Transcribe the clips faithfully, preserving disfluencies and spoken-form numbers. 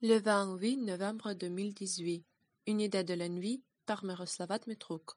Le vingt-huit novembre deux mille dix-huit. Une idée de la nuit par Miroslava Dmitrouk.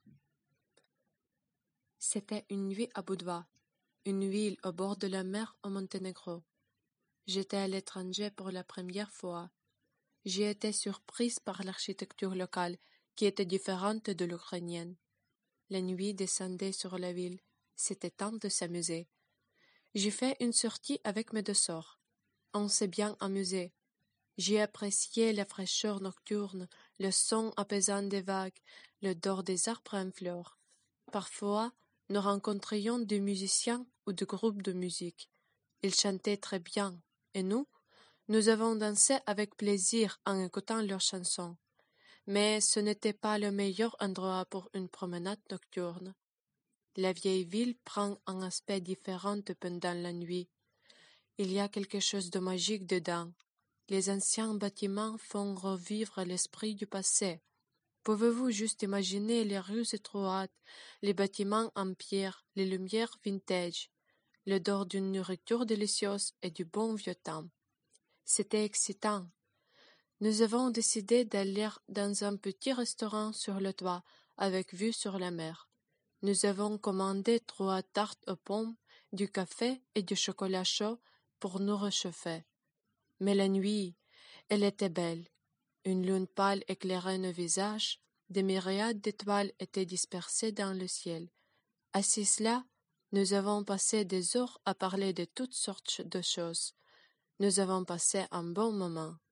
C'était une nuit à Budva, une ville au bord de la mer au Monténégro. J'étais à l'étranger pour la première fois. J'ai été surprise par l'architecture locale qui était différente de l'ukrainienne. La nuit descendait sur la ville. C'était temps de s'amuser. J'ai fait une sortie avec mes deux sœurs. On s'est bien amusé. J'ai apprécié la fraîcheur nocturne, le son apaisant des vagues, l'odeur des arbres en fleurs. Parfois, nous rencontrions des musiciens ou des groupes de musique. Ils chantaient très bien, et nous, nous avons dansé avec plaisir en écoutant leurs chansons. Mais ce n'était pas le meilleur endroit pour une promenade nocturne. La vieille ville prend un aspect différent pendant la nuit. Il y a quelque chose de magique dedans. Les anciens bâtiments font revivre l'esprit du passé. Pouvez-vous juste imaginer les rues étroites, les bâtiments en pierre, les lumières vintage, l'odeur d'une nourriture délicieuse et du bon vieux temps. C'était excitant. Nous avons décidé d'aller dans un petit restaurant sur le toit, avec vue sur la mer. Nous avons commandé trois tartes aux pommes, du café et du chocolat chaud pour nous réchauffer. Mais la nuit, elle était belle. Une lune pâle éclairait nos visages, des myriades d'étoiles étaient dispersées dans le ciel. Assis là, nous avons passé des heures à parler de toutes sortes de choses. Nous avons passé un bon moment.